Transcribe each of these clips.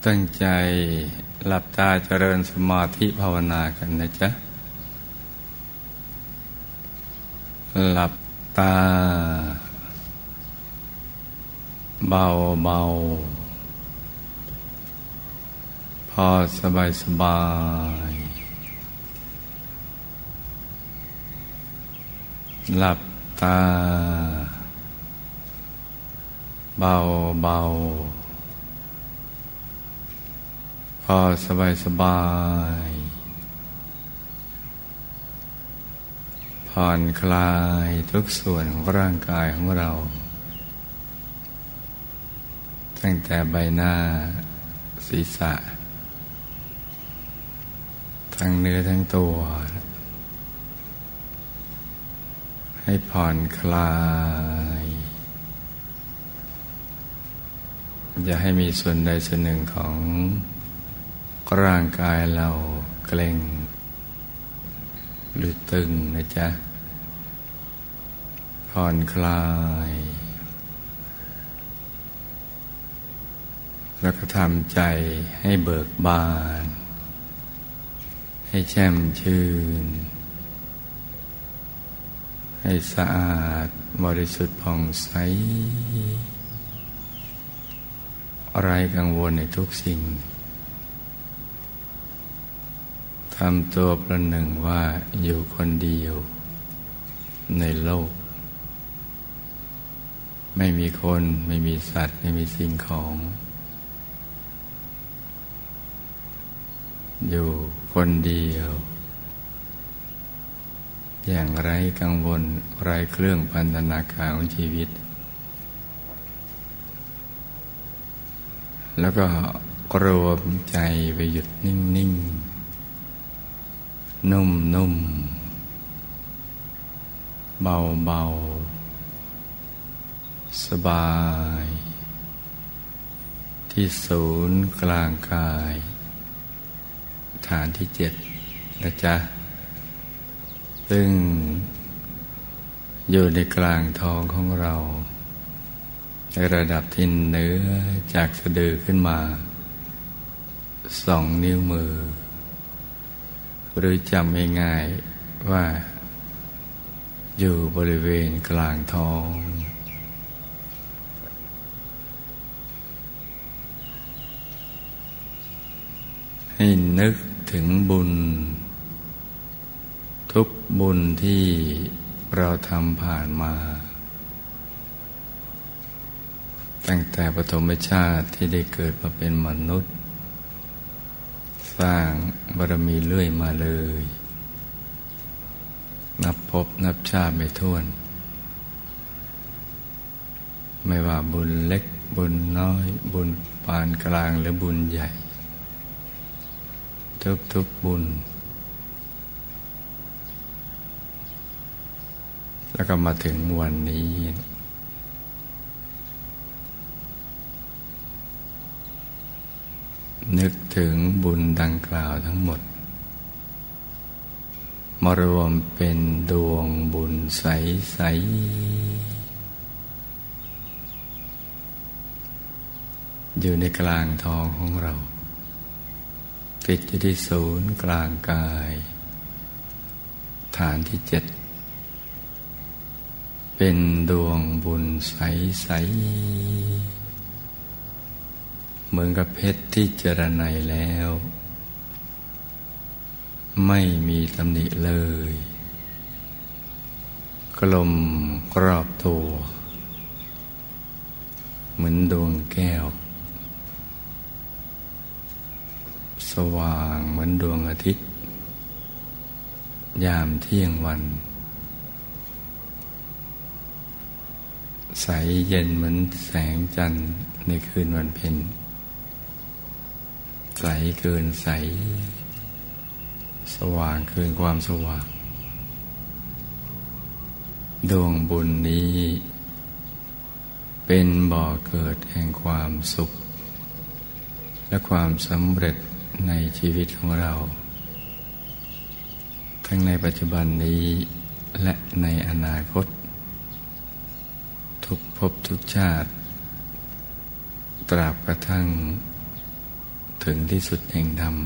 ตั้งใจหลับตาเจริญสมาธิภาวนากันนะจ๊ะหลับตาเบาเบาพอสบายสบายหลับตาเบาเบาพอสบายสบายผ่อนคลายทุกส่วนของร่างกายของเราตั้งแต่ใบหน้าศีรษะทั้งเนื้อทั้งตัวให้ผ่อนคลายอย่าให้มีส่วนใดส่วนหนึ่งของร่างกายเราเกร็งหรือตึงนะจ๊ะผ่อนคลายแล้วก็ทำใจให้เบิกบานให้แช่มชื่นให้สะอาดบริสุทธิ์ผ่องใสไร้กังวลในทุกสิ่งทำตัวประหนึ่งว่าอยู่คนเดียวในโลกไม่มีคนไม่มีสัตว์ไม่มีสิ่งของอยู่คนเดียวอย่างไร้กังวลไร้เครื่องพันธนาการของชีวิตแล้วก็รวมใจไปหยุดนิ่งๆนุ่มๆเบาๆสบายที่ศูนย์กลางกายฐานที่7นะจ๊ะซึ่งอยู่ในกลางท้องของเราในระดับที่เหนือจากสะดือขึ้นมา2 นิ้วมือหรือจำง่ายๆว่าอยู่บริเวณกลางท้องให้นึกถึงบุญทุกบุญที่เราทำผ่านมาตั้งแต่ปฐมชาติที่ได้เกิดมาเป็นมนุษย์สร้างบารมีเรื่อยมาเลยนับภพนับชาติไม่ถ้วนไม่ว่าบุญเล็กบุญน้อยบุญปานกลางหรือบุญใหญ่ทุกบุญแล้วก็มาถึงวันนี้นึกถึงบุญดังกล่าวทั้งหมดมารวมเป็นดวงบุญใสๆอยู่ในกลางท้องของเราติดอยู่ที่ศูนย์กลางกายฐานที่7เป็นดวงบุญใสๆเหมือนกับเพชรที่เจรไนแล้วไม่มีตำหนิเลยกลมรอบตัวเหมือนดวงแก้วสว่างเหมือนดวงอาทิตย์ยามเที่ยงวันใสเย็นเหมือนแสงจันทร์ในคืนวันเพ็ญใสเกินใสสว่างเกินความสว่างดวงบุญนี้เป็นบ่อเกิดแห่งความสุขและความสำเร็จในชีวิตของเราทั้งในปัจจุบันนี้และในอนาคตทุกภพทุกชาติตราบกระทั่งถึงที่สุดแห่งธรรม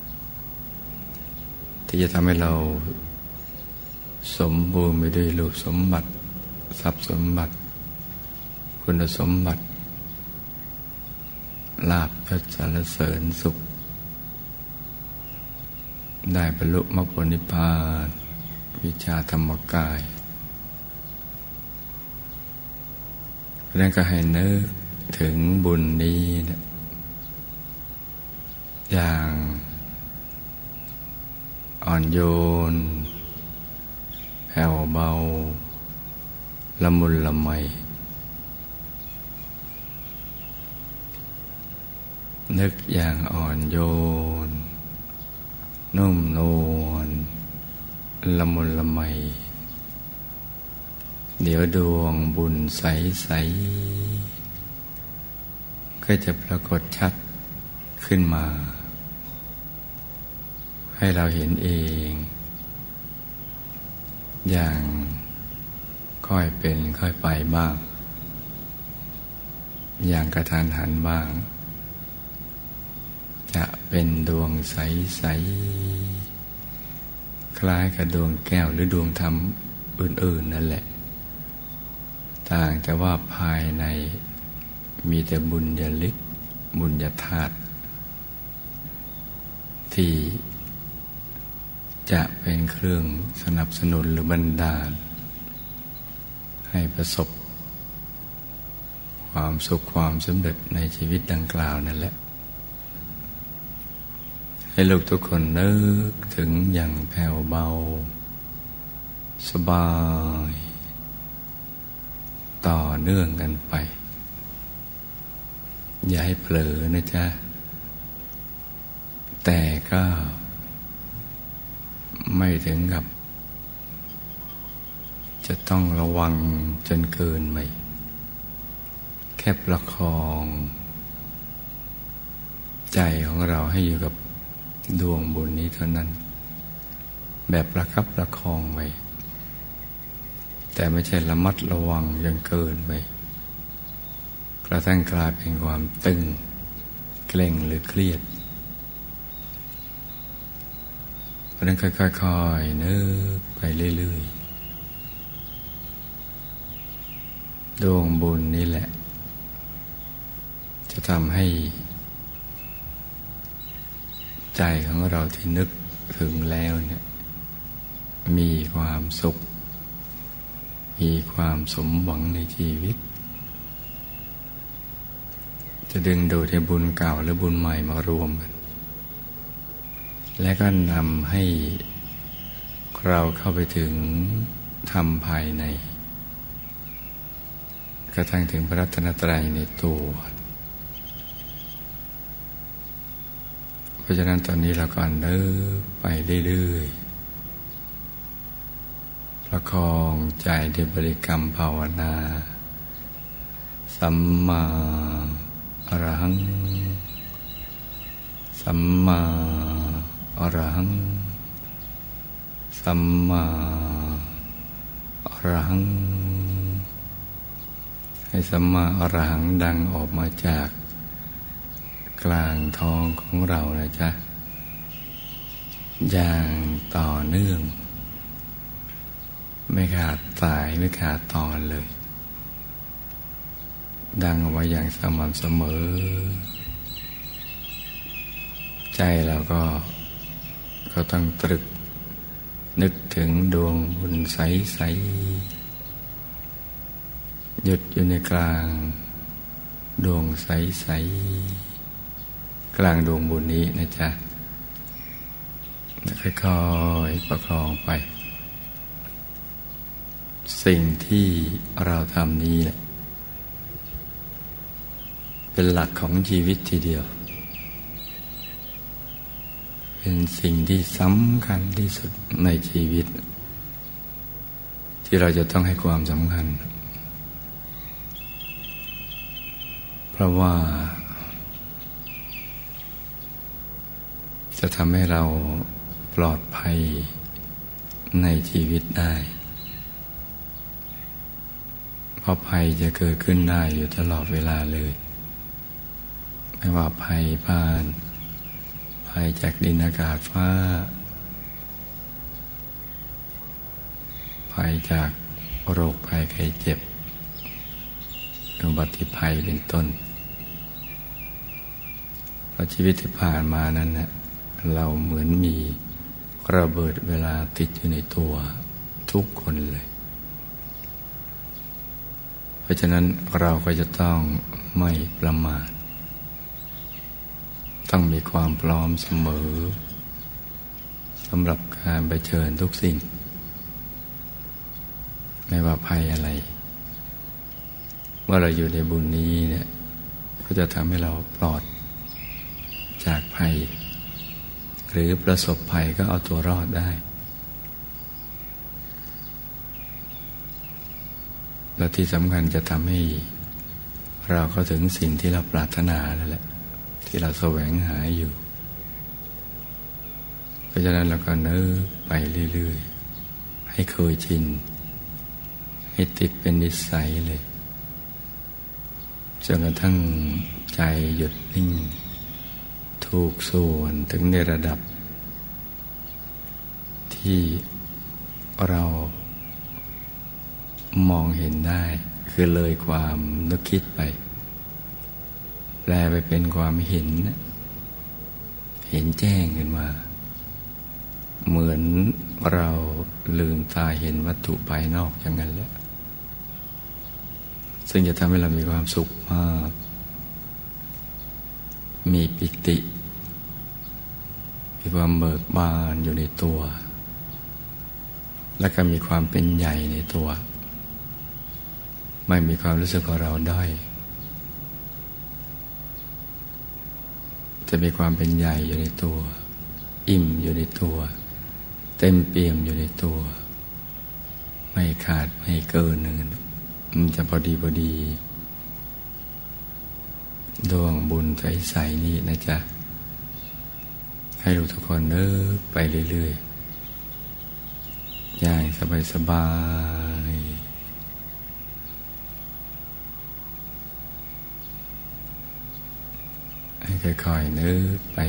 ที่จะทำให้เราสมบูรณ์ไปด้วยรูปสมบัติทรัพย์สมบัติคุณสมบัติลาภยศสรรเสริญสุขได้บรรลุมรรคผลนิพพานวิชาธรรมกายเพราะนั้นก็ให้นึกถึงบุญนี้นะอย่างอ่อนโยนแผ่วเบาละมุนละไมนึกอย่างอ่อนโยนนุ่มนวลละมุนละไมเดี๋ยวดวงบุญใสๆก็จะปรากฏชัดขึ้นมาให้เราเห็นเองอย่างค่อยเป็นค่อยไปบ้างอย่างกระทันหันบ้างจะเป็นดวงใสๆคล้ายกับดวงแก้วหรือดวงธรรมอื่นๆนั่นแหละต่างแต่ว่าภายในมีแต่บุญญาฤทธิ์บุญญาธาตุที่จะเป็นเครื่องสนับสนุนหรือบันดาลให้ประสบความสุขความสำเร็จในชีวิตดังกล่าวนั่นแหละให้ลูกทุกคนนึกถึงอย่างแผ่วเบาสบายต่อเนื่องกันไปอย่าให้เผลอนะจ๊ะแต่ก็ไม่ถึงกับจะต้องระวังจนเกินไปแค่ประคองใจของเราให้อยู่กับดวงบุญนี้เท่านั้นแบบประคับประคองไว้แต่ไม่ใช่ระมัดระวังจนเกินไปกระทั่งกลายเป็นความตึงเกร็งหรือเครียดเพราะนั้นค่อยๆนึกไปเรื่อยๆดวงบุญนี้แหละจะทำให้ใจของเราที่นึกถึงแล้วเนี่ยมีความสุขมีความสมหวังในชีวิตจะดึงดูดให้บุญเก่าและบุญใหม่มารวมกันและก็นำให้เราเข้าไปถึงธรรมภายในกระทั่งถึงพระรัตนตรัยในตัวเพราะฉะนั้นตอนนี้เราก็เดินไปเรื่อยๆประคองใจด้วยบริกรรมภาวนาสัมมาอรหังสัมมาอรหังสัมมาอรหังให้สัมมาอรหังดังออกมาจากกลางท้องของเรานะจ๊ะอย่างต่อเนื่องไม่ขาดสายไม่ขาดตอนเลยดังออกมาอย่างสม่ำเสมอใจเราก็ต้องตรึกนึกถึงดวงบุญใสๆหยุดอยู่ในกลางดวงใสๆกลางดวงบุญนี้นะจ๊ะค่อยๆประคองไปสิ่งที่เราทำนี้แหละเป็นหลักของชีวิตทีเดียวเป็นสิ่งที่สำคัญที่สุดในชีวิตที่เราจะต้องให้ความสำคัญเพราะว่าจะทำให้เราปลอดภัยในชีวิตได้เพราะภัยจะเกิดขึ้นได้อยู่ตลอดเวลาเลยไม่ว่าภัยผ่านภัยจากดินอากาศฟ้าภัยจากโรคภัยไข้เจ็บอุบัติภัยเป็นต้นเพราะชีวิตที่ผ่านมานั้นนะเราเหมือนมีระเบิดเวลาติดอยู่ในตัวทุกคนเลยเพราะฉะนั้นเราก็จะต้องไม่ประมาทต้องมีความพร้อมเสมอสำหรับการเผชิญทุกสิ่งไม่ว่าภัยอะไรเมื่อเราอยู่ในบุญนี้เนี่ยก็จะทำให้เราปลอดจากภัยหรือประสบภัยก็เอาตัวรอดได้และที่สำคัญจะทำให้เราเข้าถึงสิ่งที่เราปรารถนานั่นแหละที่เราแสวงหาอยู่เพราะฉะนั้นเราก็นึกไปเรื่อยๆให้เคยชินให้ติดเป็นนิสัยเลยจนกระทั่งใจหยุดนิ่งถูกส่วนถึงในระดับที่เรามองเห็นได้คือเลยความนึกคิดไปแปลไปเป็นความเห็นแจ้งขึ้นมาเหมือนเราลืมตาเห็นวัตถุภายนอกอย่างนั้นแหละซึ่งจะทำให้เรามีความสุขมากมีปิติมีความเบิกบานอยู่ในตัวและก็มีความเป็นใหญ่ในตัวไม่มีความรู้สึกว่าเราด้อยจะมีความเป็นใหญ่อยู่ในตัวอิ่มอยู่ในตัวเต็มเปี่ยมอยู่ในตัวไม่ขาดไม่เกินหนึ่งมันจะพอดีดวงบุญใสๆนี่นะจ๊ะให้ลูกทุกคนนึกไปเรื่อยๆอย่างสบายๆให้ค่อยๆนึกไป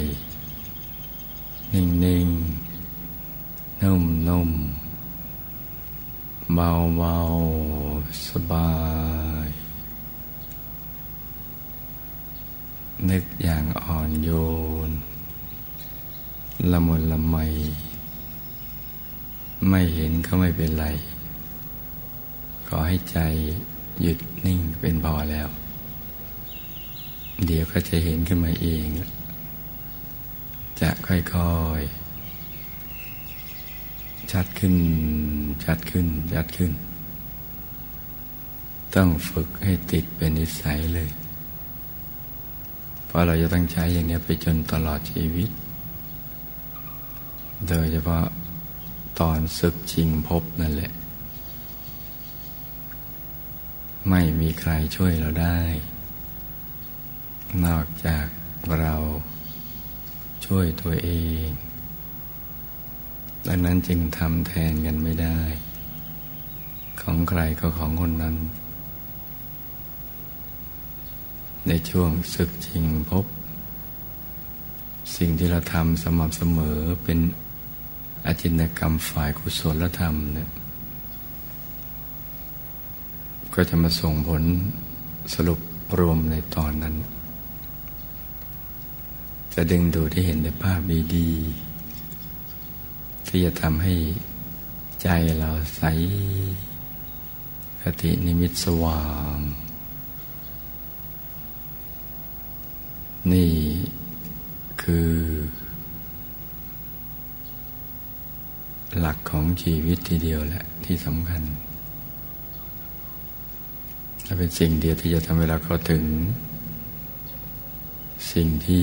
นิ่งๆนุ่มๆเบาๆสบายนึกอย่างอ่อนโยนละมุนละไมไม่เห็นก็ไม่เป็นไรขอให้ใจหยุดนิ่งเป็นพอแล้วเดี๋ยวก็จะเห็นขึ้นมาเองจะค่อยๆชัดขึ้นต้องฝึกให้ติดเป็นนิสัยเลยเพราะเราจะต้องใช้อย่างนี้ไปจนตลอดชีวิตโดยเฉพาะตอนศึกชิงภพนั่นแหละไม่มีใครช่วยเราได้นอกจากเราช่วยตัวเองดังนั้นจึงทำแทนกันไม่ได้ของใครก็ของคนนั้นในช่วงศึกชิงภพสิ่งที่เราทำสม่ำเสมอเป็นอจินกรรมฝ่ายกุศลธรรมเนี่ยก็จะมาส่งผลสรุปรวมในตอนนั้นจะดึงดูดให้เห็นในภาพดีๆที่จะทำให้ใจเราใสคตินิมิตสว่างนี่คือหลักของชีวิตทีเดียวแหละที่สำคัญและเป็นสิ่งเดียวที่จะทำให้เราเข้าถึงสิ่งที่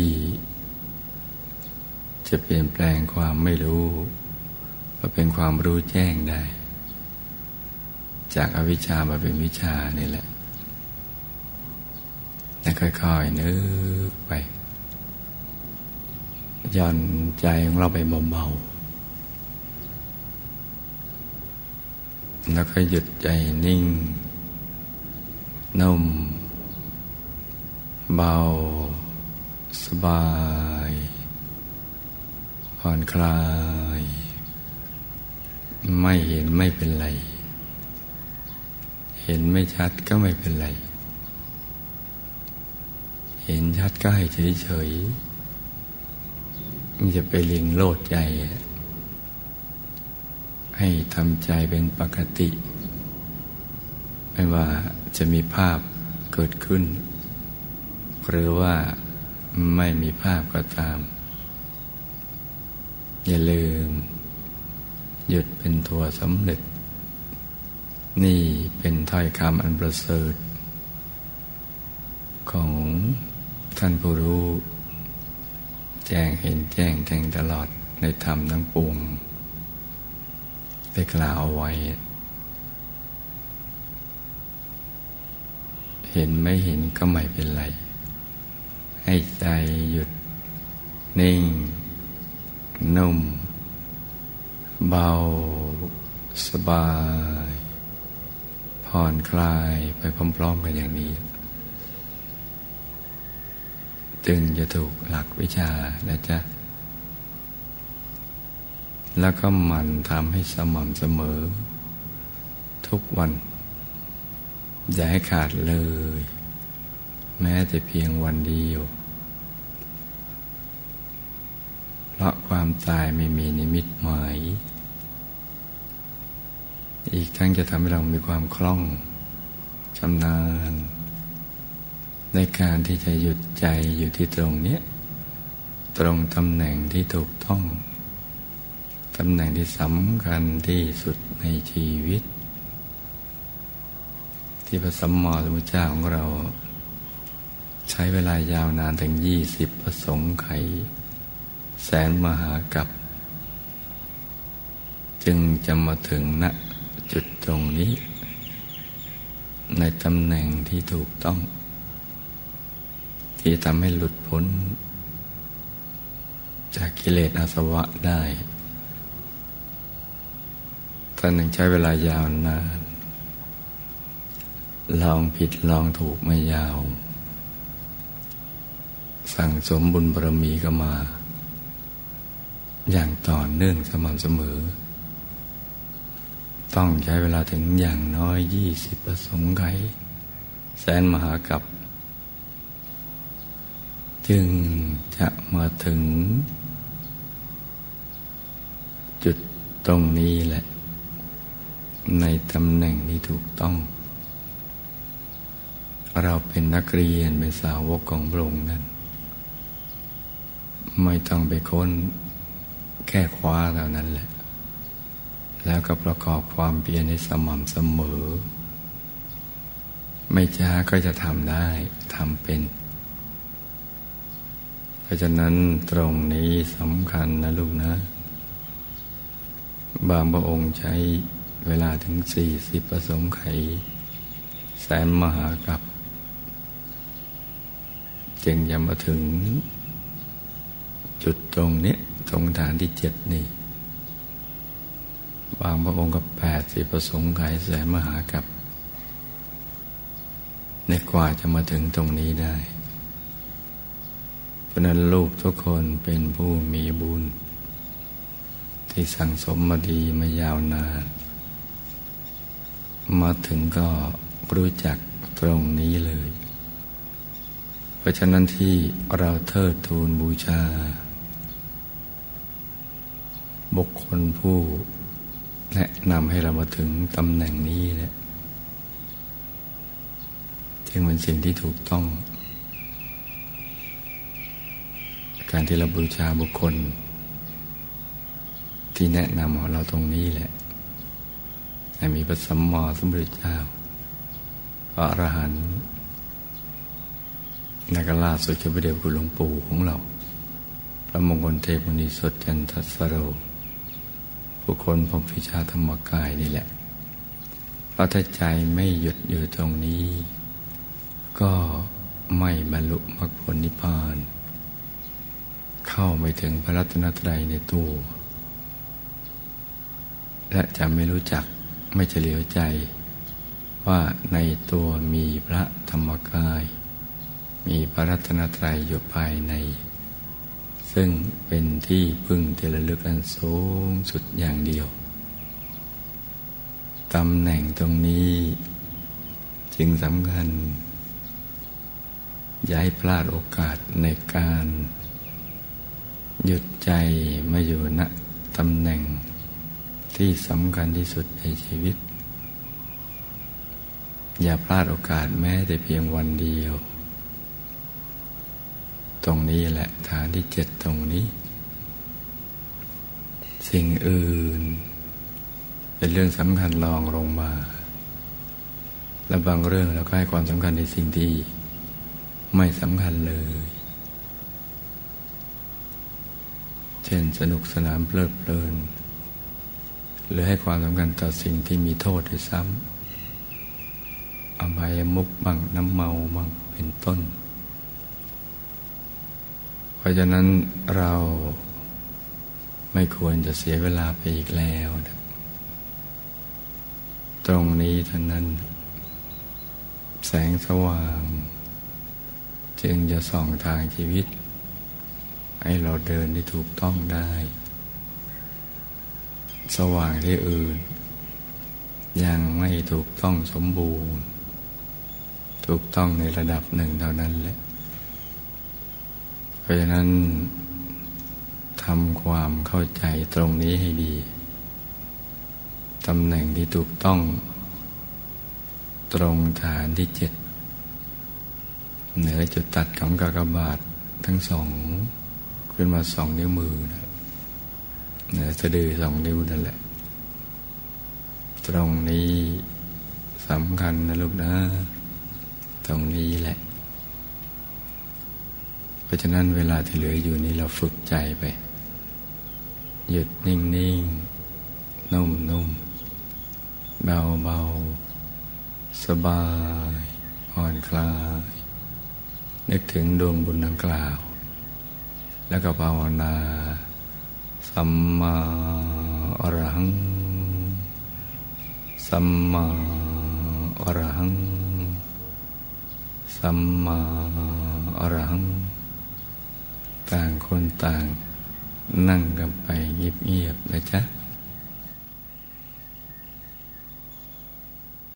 จะเปลี่ยนแปลงความไม่รู้มาเป็นความรู้แจ้งได้จากอวิชชามาเป็นวิชานี่แหละและค่อยๆนึกไปหย่อนใจของเราไปเบาๆแล้วก็หยุดใจนิ่งนุ่มเบาสบายผ่อนคลาย ไม่เห็นไม่เป็นไร เห็นไม่ชัดก็ไม่เป็นไร เห็นชัดก็ให้เฉยๆมันจะไปลิงโลดใจให้ทำใจเป็นปกติไม่ว่าจะมีภาพเกิดขึ้นหรือว่าไม่มีภาพก็ตามอย่าลืมหยุดเป็นตัวสำเร็จนี่เป็นถ้อยคำอันประเสริฐของท่านผู้รู้แจ้งเห็นแจ้งแทงตลอดในธรรมทั้งปวงได้กล่าวเอาไว้เห็นไม่เห็นก็ไม่เป็นไรให้ใจหยุดนิ่งนุ่มเบาสบายผ่อนคลายไปพร้อมๆกันอย่างนี้จึงจะถูกหลักวิชานะจ๊ะแล้วก็หมั่นทำให้สม่ำเสมอทุกวันอย่าให้ขาดเลยแม้แต่เพียงวันเดียวเพราะความตายไม่มีนิมิตหมายอีกทั้งจะทำให้เรามีความคล่องชำนาญในการที่จะหยุดใจอยู่ที่ตรงนี้ตรงตำแหน่งที่ถูกต้องตำแหน่งที่สำคัญที่สุดในชีวิตที่พระสัมมาสัมพุทธเจ้าของเราใช้เวลายาวนานถึง20 ประสงค์ไขแสนมหากัปจึงจะมาถึงณจุดตรงนี้ในตำแหน่งที่ถูกต้องที่ทำให้หลุดพ้นจากกิเลสอาสวะได้ท่านหนึ่งใช้เวลายาวนานลองผิดลองถูกไม่ยาวสั่งสมบุญบารมีก็มาอย่างต่อเนื่องสม่ำเสมอต้องใช้เวลาถึงอย่างน้อย20 ประสงค์ไขแสนมหากัปจึงจะมาถึงจุดตรงนี้แหละในตำแหน่งที่ถูกต้องเราเป็นนักเรียนเป็นสาวกของพระองค์นั้นไม่ต้องไปค้นแค่คว้าเท่านั้นแหละแล้วก็ประกอบความเพียรให้สม่ำเสมอไม่ช้าก็จะทำได้ทำเป็นเพราะฉะนั้นตรงนี้สำคัญนะลูกนะบางพระองค์ใช้เวลาถึง40 ประสงค์ไขแสนมหากัปจึงจะมาถึงจุดตรงนี้ตรงฐานที่7นี่บางพระองค์ก็80 ประสงค์ไขแสนมหากัปในกว่าจะมาถึงตรงนี้ได้เพราะนั้นลูกทุกคนเป็นผู้มีบุญที่สั่งสมมาดีมายาวนานมาถึงก็รู้จักตรงนี้เลยเพราะฉะนั้นที่เราเทิดทูนบูชาบุคคลผู้แนะนำให้เรามาถึงตำแหน่งนี้แหละจึงเป็นสิ่งที่ถูกต้องการที่เราบูชาบุคคลที่แนะนำของเราตรงนี้แหละให้มีพระสัมมาสัมพุทธเจ้าพระอรหันต์นักล่าสุดจะไปเดียวคุณหลวงปู่ของเราพระมงคลเทพมุนีสดจันทสโรผู้คนพบวิชาธรรมกายนี่แหละเพราะถ้าใจไม่หยุดอยู่ตรงนี้ก็ไม่บรรลุมรรคผลนิพพานเข้าไม่ถึงพระรัตนตรัยในตัวและจะไม่รู้จักไม่เฉลียวใจว่าในตัวมีพระธรรมกายมีพระรัตนตรัยอยู่ภายในสซึ่งเป็นที่พึ่งที่ระลึกอันสูงสุดอย่างเดียวตำแหน่งตรงนี้จึงสำคัญอย่าให้พลาดโอกาสในการหยุดใจมาอยู่ณตำแหน่งที่สำคัญที่สุดในชีวิตอย่าพลาดโอกาสแม้แต่เพียงวันเดียวตรงนี้แหละฐานที่7ตรงนี้สิ่งอื่นเป็นเรื่องสำคัญรองลงมาและบางเรื่องเราก็ให้ความสำคัญในสิ่งที่ไม่สำคัญเลยเช่นสนุกสนานเพลิดเพลินหรือให้ความสำคัญต่อสิ่งที่มีโทษด้วยซ้ำอบายมุขบ้างน้ำเมาบ้างเป็นต้นเพราะฉะนั้นเราไม่ควรจะเสียเวลาไปอีกแล้วตรงนี้เท่านั้นแสงสว่างจึงจะส่องทางชีวิตให้เราเดินได้ถูกต้องได้สว่างที่อื่นยังไม่ถูกต้องสมบูรณ์ถูกต้องในระดับหนึ่งเท่านั้นแหละเพราะฉะนั้นทำความเข้าใจตรงนี้ให้ดีตำแหน่งที่ถูกต้องตรงฐานที่7เหนือจุดตัดของกากบาททั้ง2ขึ้นมา2 นิ้วมือนะเหนือสะดือ2 นิ้วนั่นแหละตรงนี้สำคัญนะลูกนะตรงนี้แหละเพราะฉะนั้นเวลาที่เหลืออยู่นี้เราฝึกใจไปหยุดนิ่งๆนุ่มๆเบาๆสบายผ่อนคลายนึกถึงดวงบุญดังกล่าวแล้วก็ภาวนาสัมมาอรหังสัมมาอรหังสัมมาอรหังต่างคนต่างนั่งกันไปเงียบๆนะจ๊ะ